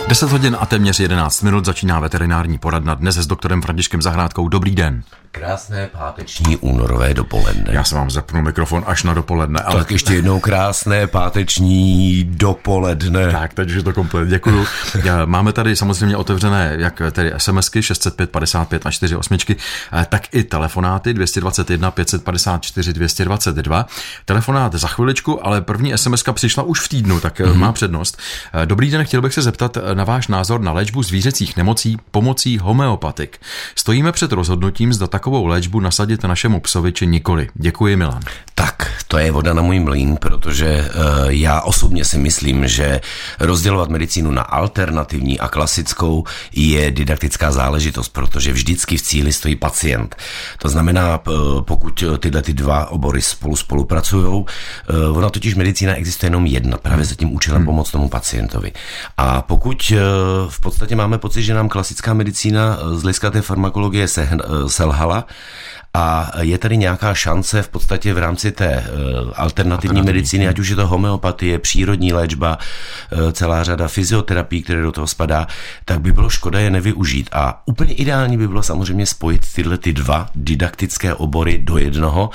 10 hodin a téměř 11 minut začíná veterinární poradna dnes s doktorem Františkem Zahrádkou. Dobrý den. Krásné páteční únorové dopoledne. Já jsem vám zapnul mikrofon až na dopoledne. Ale... Tak ještě jednou krásné páteční dopoledne. Tak, teď už je to komplet, děkuju. Máme tady samozřejmě otevřené jak tedy SMSky 605 55 a 48, tak i telefonáty 221 554 222. Telefonát za chviličku, ale první SMSka přišla už v týdnu, tak má přednost. Dobrý den, chtěl bych se zeptat na váš názor na léčbu zvířecích nemocí pomocí homeopatik. Stojíme před rozhodnutím, zda takovou léčbu nasadit našemu psovi či nikoli. Děkuji, Milan. Tak, to je voda na můj mlýn, protože já osobně si myslím, že rozdělovat medicínu na alternativní a klasickou je didaktická záležitost, protože vždycky v cíli stojí pacient. To znamená, pokud tyhle ty dva obory spolupracují, ona totiž medicína existuje jenom jedna, právě za tím účelem pomoct tomu pacientovi. A pokud v podstatě máme pocit, že nám klasická medicína z hlediska té farmakologie selhala, a je tady nějaká šance v podstatě v rámci té alternativní medicíny, ať už je to homeopatie, přírodní léčba, celá řada fyzioterapií, které do toho spadá, tak by bylo škoda je nevyužít. A úplně ideální by bylo samozřejmě spojit tyhle ty dva didaktické obory do jednoho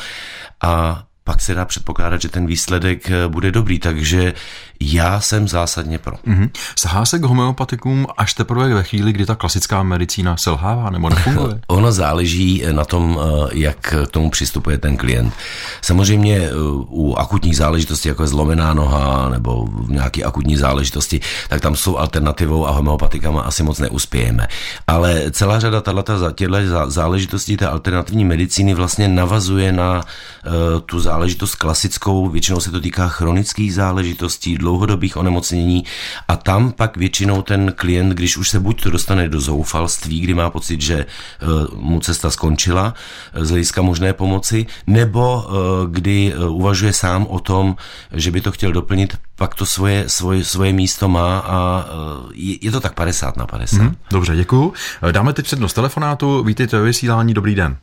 a pak se dá předpokládat, že ten výsledek bude dobrý, takže já jsem zásadně pro. Sahá se k homeopatikům až teprve ve chvíli, kdy ta klasická medicína selhává nebo nefunguje? Ono záleží na tom, jak k tomu přistupuje ten klient. Samozřejmě u akutních záležitostí, jako je zlomená noha nebo nějaké akutní záležitosti, tak tam jsou alternativou a homeopatikama asi moc neuspějeme. Ale celá řada těchto záležitostí té alternativní medicíny vlastně navazuje na tu záležitost klasickou, většinou se to týká chronických záležitostí, dlouhodobých onemocnění a tam pak většinou ten klient, když už se buď to dostane do zoufalství, kdy má pocit, že mu cesta skončila z hlediska možné pomoci, nebo kdy uvažuje sám o tom, že by to chtěl doplnit, pak to svoje místo má a je to tak 50/50. Dobře, děkuju. Dáme teď přednost telefonátu. Vítejte ve vysílání, dobrý den.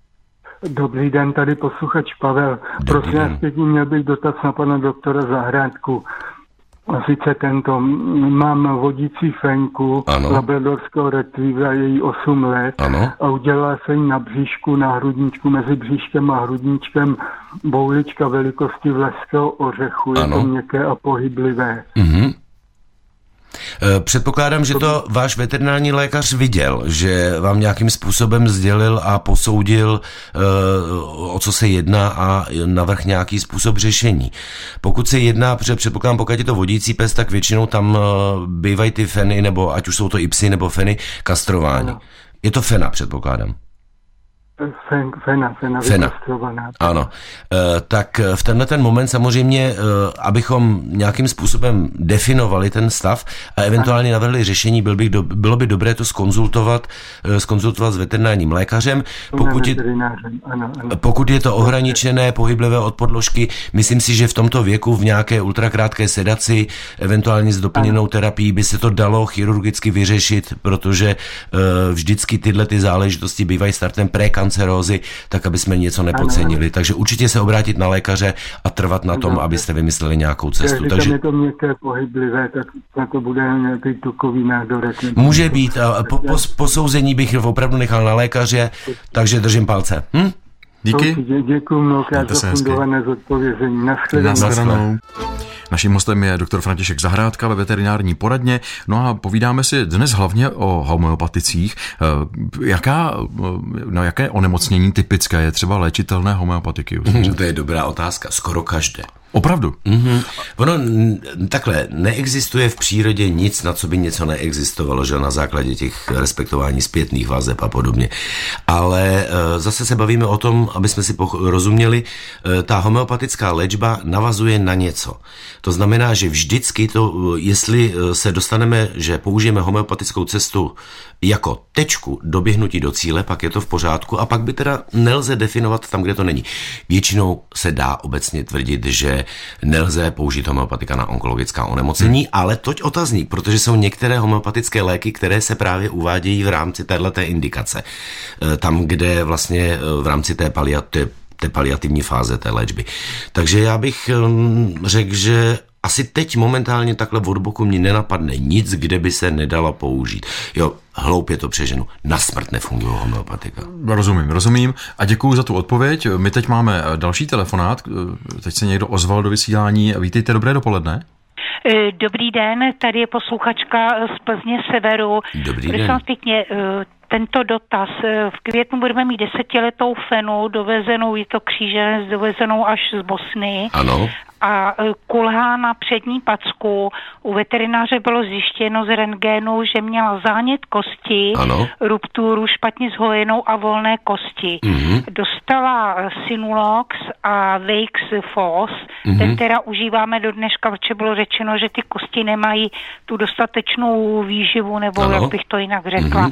Dobrý den, tady posluchač Pavel. Prosím vás, pěkně měl bych dotaz na pana doktora Zahrádku. A sice tento, mám vodící fenku, labradorského retrievera, její 8 let, a udělala se jí na bříšku, na hrudníčku, mezi bříškem a hrudníčkem boulička velikosti vleského ořechu, je to měkké a pohyblivé. Předpokládám, že to váš veterinární lékař viděl, že vám nějakým způsobem sdělil a posoudil, o co se jedná a navrch nějaký způsob řešení. Pokud se jedná, protože předpokládám, pokud je to vodící pes, tak většinou tam bývají ty feny, nebo ať už jsou to i psy nebo feny, kastrování. Je to fena, předpokládám. Fena. Ano. Tak v tenhle ten moment samozřejmě, abychom nějakým způsobem definovali ten stav a eventuálně navrhli řešení, bylo by dobré to zkonzultovat s veterinárním lékařem. Pokud je to ohraničené, pohyblivé od podložky, myslím si, že v tomto věku v nějaké ultrakrátké sedaci, eventuálně s doplněnou terapií, by se to dalo chirurgicky vyřešit, protože vždycky tyhle ty záležitosti bývají startem prekancerózy, tak aby jsme něco nepodcenili. Takže určitě se obrátit na lékaře a trvat na tom, abyste vymysleli nějakou cestu. Takže je to měkké pohyblivé, tak na to bude nějaký tukový nádorek. Může být. Posouzení bych opravdu nechal na lékaře, takže držím palce. Díky. Děkuji mnohokrát za fundované zodpovězení. Naschledanou. Naším hostem je doktor František Zahrádka ve veterinární poradně. No a povídáme si dnes hlavně o homeopaticích. Jaké onemocnění typické je třeba léčitelné homeopatiky? To je dobrá otázka. Skoro každé. Opravdu? Ono takhle, neexistuje v přírodě nic, na co by něco neexistovalo, že na základě těch respektování zpětných vazeb a podobně. Ale zase se bavíme o tom, aby jsme si rozuměli, ta homeopatická léčba navazuje na něco. To znamená, že vždycky to, jestli se dostaneme, že použijeme homeopatickou cestu jako tečku doběhnutí do cíle, pak je to v pořádku a pak by teda nelze definovat tam, kde to není. Většinou se dá obecně tvrdit, že nelze použít homeopatika na onkologická onemocnění, ale toť otazník, protože jsou některé homeopatické léky, které se právě uvádějí v rámci téhleté indikace. Tam, kde vlastně v rámci té paliativní fáze té léčby. Takže já bych řekl, že asi teď momentálně takhle od boku mě nenapadne nic, kde by se nedala použít. Jo, hloupě to přeženu. Na smrt nefunguje homeopatika. Rozumím. A děkuju za tu odpověď. My teď máme další telefonát. Teď se někdo ozval do vysílání. Vítejte, dobré dopoledne. Dobrý den, tady je posluchačka z Plzně severu. Dobrý den. Pěkně, tento dotaz. V květnu budeme mít 10letou fenu dovezenou, je to kříženec, dovezenou až z Bosny. Ano. A kulhá na přední packu. U veterináře bylo zjištěno z rentgenu, že měla zánět kosti, ano. rupturu, špatně zhojenou a volné kosti. Dostala Sinulox a Wakes Fos, ten teda užíváme do dneška, protože bylo řečeno, že ty kosti nemají tu dostatečnou výživu, nebo ano. jak bych to jinak řekla.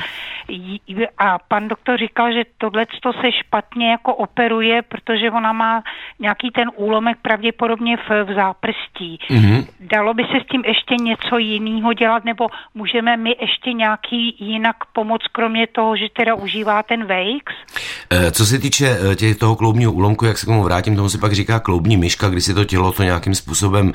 A pan doktor říkal, že tohleto se špatně jako operuje, protože ona má nějaký ten úlomek pravděpodobně v záprstí. Dalo by se s tím ještě něco jiného dělat, nebo můžeme my ještě nějaký jinak pomoct, kromě toho, že teda užívá ten Wakes? Co se týče toho kloubního úlomku, jak se k tomu vrátím, tomu se pak říká kloubní myška, kdy si to tělo to nějakým způsobem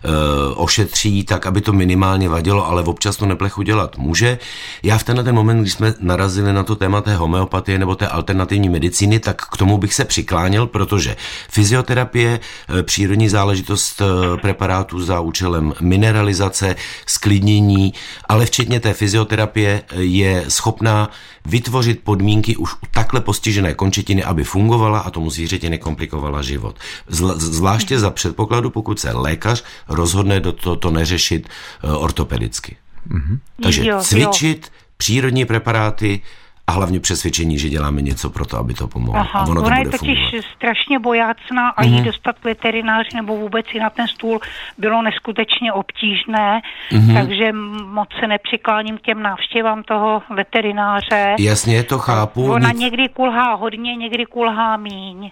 ošetří, tak aby to minimálně vadilo, ale občas to neplechu dělat může. Já v tenhle ten moment, když jsme narazili na to téma té homeopatie nebo té alternativní medicíny, tak k tomu bych se přikláněl, protože fyzioterapie, přírodní záležitost preparátů za účelem mineralizace, sklidnění, ale včetně té fyzioterapie je schopná vytvořit podmínky už u takhle postižené končetiny, aby fungovala a tomu zvířeti nekomplikovala život. Zvláště za předpokladu, pokud se lékař rozhodne to neřešit ortopedicky. Takže cvičit, přírodní preparáty a hlavně přesvědčení, že děláme něco pro to, aby to pomohlo. Aha, a ono ona to je bude totiž fungovat. strašně bojácná a jí dostat k veterináři nebo vůbec i na ten stůl bylo neskutečně obtížné, takže moc se nepřikláním k těm návštěvám toho veterináře. Jasně, to chápu. Ona někdy kulhá hodně, někdy kulhá míň.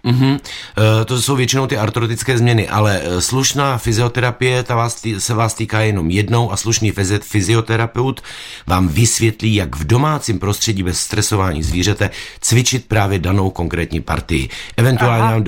To jsou většinou ty artrotické změny, ale slušná fyzioterapie se vás týká jenom jednou a slušný fyzioterapeut vám vysvětlí, jak v domácím prostředí bez stresování zvířete cvičit právě danou konkrétní partii. Eventuálně vám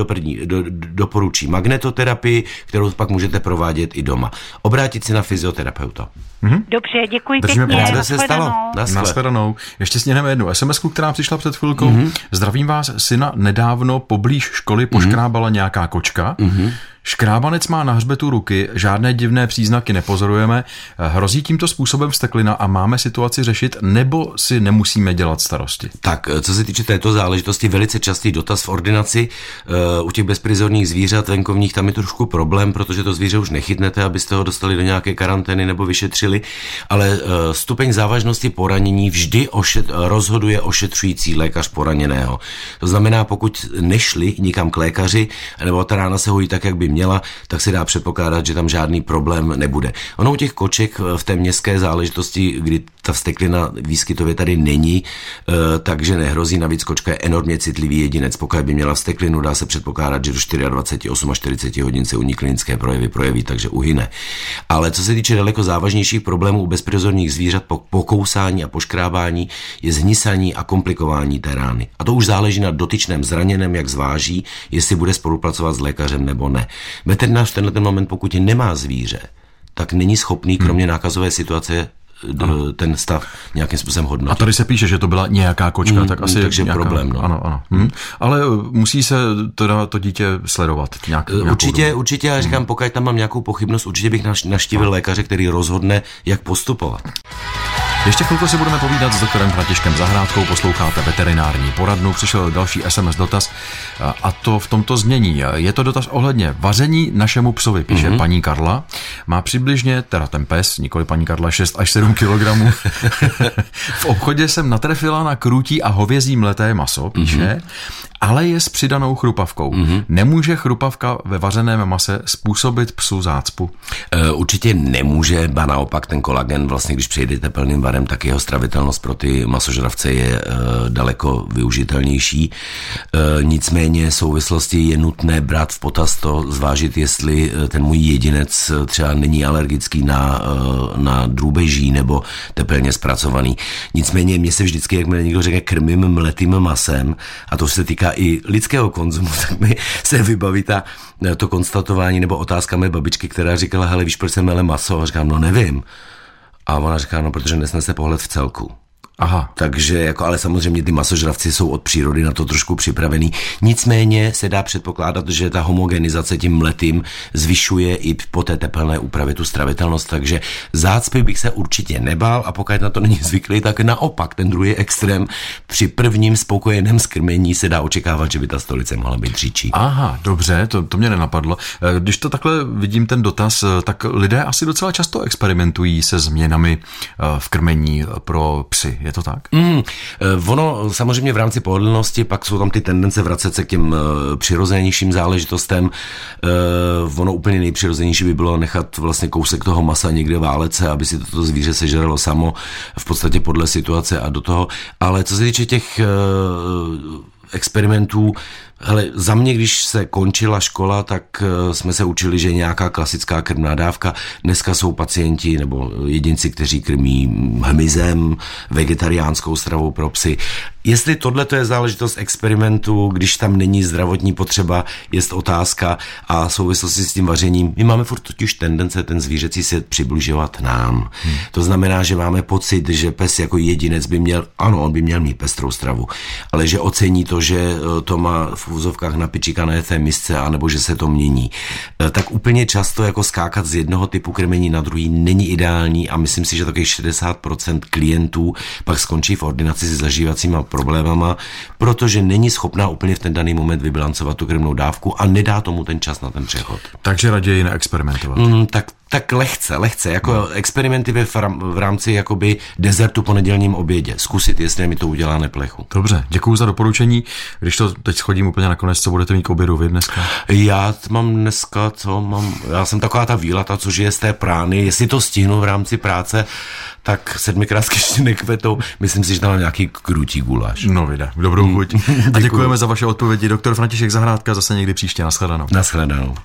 doporučí magnetoterapii, kterou pak můžete provádět i doma. Obrátit se na fyzioterapeuta. Dobře, děkuji Držíme pěkně. Se stalo. Nashledanou. Ještě sněhneme jednu SMS-ku, která přišla před chvilkou. Zdravím vás, syna nedávno poblíž školy poškrábala nějaká kočka. Škrábanec má na hřbetu ruky, žádné divné příznaky nepozorujeme. Hrozí tímto způsobem vzteklina a máme situaci řešit, nebo si nemusíme dělat starosti? Tak, co se týče této záležitosti, velice častý dotaz v ordinaci. U těch bezprizorních zvířat venkovních tam je trošku problém, protože to zvíře už nechytnete, abyste ho dostali do nějaké karantény nebo vyšetřili, ale stupeň závažnosti poranění vždy rozhoduje ošetřující lékař poraněného. To znamená, pokud nešli nikam k lékaři, nebo ta rána se hojí tak, jak by měla, tak se dá předpokládat, že tam žádný problém nebude. Ono u těch koček v té městské záležitosti, kdy ta vzteklina výskytově tady není, takže nehrozí. Navíc kočka je enormně citlivý jedinec. Pokud by měla vzteklinu, dá se předpokládat, že do 24, 48 hodin se u ní klinické projevy projeví, takže uhyne. Ale co se týče daleko závažnějších problémů u bezprizorních zvířat, pokousání a poškrábání, je zhnisání a komplikování té rány. A to už záleží na dotyčném zraněném, jak zváží, jestli bude spolupracovat s lékařem nebo ne. Veterinář v tenhle moment, pokud nemá zvíře, tak není schopný, kromě nákazové situace, ten stav nějakým způsobem hodnotit. A tady se píše, že to byla nějaká kočka, tak asi takže nějaká, problém. No. Ano. Ale musí se teda to dítě sledovat. Určitě, já říkám, pokud tam mám nějakou pochybnost, určitě bych navštívil lékaře, který rozhodne, jak postupovat. Ještě chvilku si budeme povídat s doktorem Františkem Zahrádkou, posloucháte veterinární poradnu. Přišel další SMS dotaz a to v tomto znění. Je to dotaz ohledně vaření našemu psovi, píše paní Karla. Má přibližně, teda ten pes, nikoli paní Karla, 6 až 7 kilogramů. V obchodě jsem natrefila na krůtí a hovězí mleté maso, píše, ale je s přidanou chrupavkou. Nemůže chrupavka ve vařeném mase způsobit psu zácpu? Určitě nemůže, ba naopak ten kolagen, vlastně když přejdete plným varem, tak jeho stravitelnost pro ty masožravce je daleko využitelnější. Nicméně v souvislosti je nutné brát v potaz to, zvážit, jestli ten můj jedinec třeba není alergický na drůbeží nebo tepelně zpracovaný. Nicméně mě se vždycky, jakmile někdo řekne krmím mletým masem, a to se týká i lidského konzumu, tak mi se vybaví to konstatování nebo otázka mé babičky, která říkala, hele, víš, proč se mele maso? A říkám, no nevím. A ona říká, no protože nesnese pohled v celku. Aha. Takže jako, ale samozřejmě ty masožravci jsou od přírody na to trošku připravený. Nicméně se dá předpokládat, že ta homogenizace tím mletým zvyšuje i po té tepelné úpravě tu stravitelnost, takže zácpy bych se určitě nebál a pokud na to není zvyklý, tak naopak ten druhý extrém při prvním spokojeném skrmení se dá očekávat, že by ta stolice mohla být říčí. Aha, dobře, to mě nenapadlo. Když to takhle vidím ten dotaz, tak lidé asi docela často experimentují se změnami v krmení pro psy. Je to tak? Ono samozřejmě v rámci pohodlnosti, pak jsou tam ty tendence vracet se k těm přirozenějším záležitostem. Ono úplně nejpřirozenější by bylo nechat vlastně kousek toho masa někde válet se, aby si toto zvíře sežralo samo, v podstatě podle situace a do toho. Ale co se týče těch experimentů, hele, za mě, když se končila škola, tak jsme se učili, že nějaká klasická krmná dávka. Dneska jsou pacienti nebo jedinci, kteří krmí hmyzem, vegetariánskou stravou pro psy. Jestli tohle to je záležitost experimentu, když tam není zdravotní potřeba, jest otázka a souvislosti s tím vařením. My máme furt totiž tendence ten zvířecí svět přibližovat nám. To znamená, že máme pocit, že pes jako jedinec by měl, ano, on by měl mít pestrou stravu, ale že ocení to, že to má v úzovkách napečikané v té misce, anebo že se to mění. Tak úplně často jako skákat z jednoho typu krmení na druhý není ideální a myslím si, že takových 60% klientů pak skončí v ordinaci s zažívacíma problémama, protože není schopná úplně v ten daný moment vybilancovat tu krmnou dávku a nedá tomu ten čas na ten přechod. Takže raději neexperimentovat. Tak lehce, jako experimenty v rámci jakoby dezertu po nedělním obědě. Zkusit, jestli mi to udělá neplechu. Dobře, děkuju za doporučení. Když to teď schodím úplně nakonec, co budete mít k obědu vy dneska? Já mám dneska, já jsem taková ta výlata, co žije z té prány. Jestli to stihnu v rámci práce, tak 7krát ještě nekvetou. Myslím si, že tam mám nějaký krutý guláš. No vyjde, dobrou chuť. A děkujeme za vaše odpovědi. Doktor František Zahrádka zase někdy příště. Nashledanou. Nashledanou.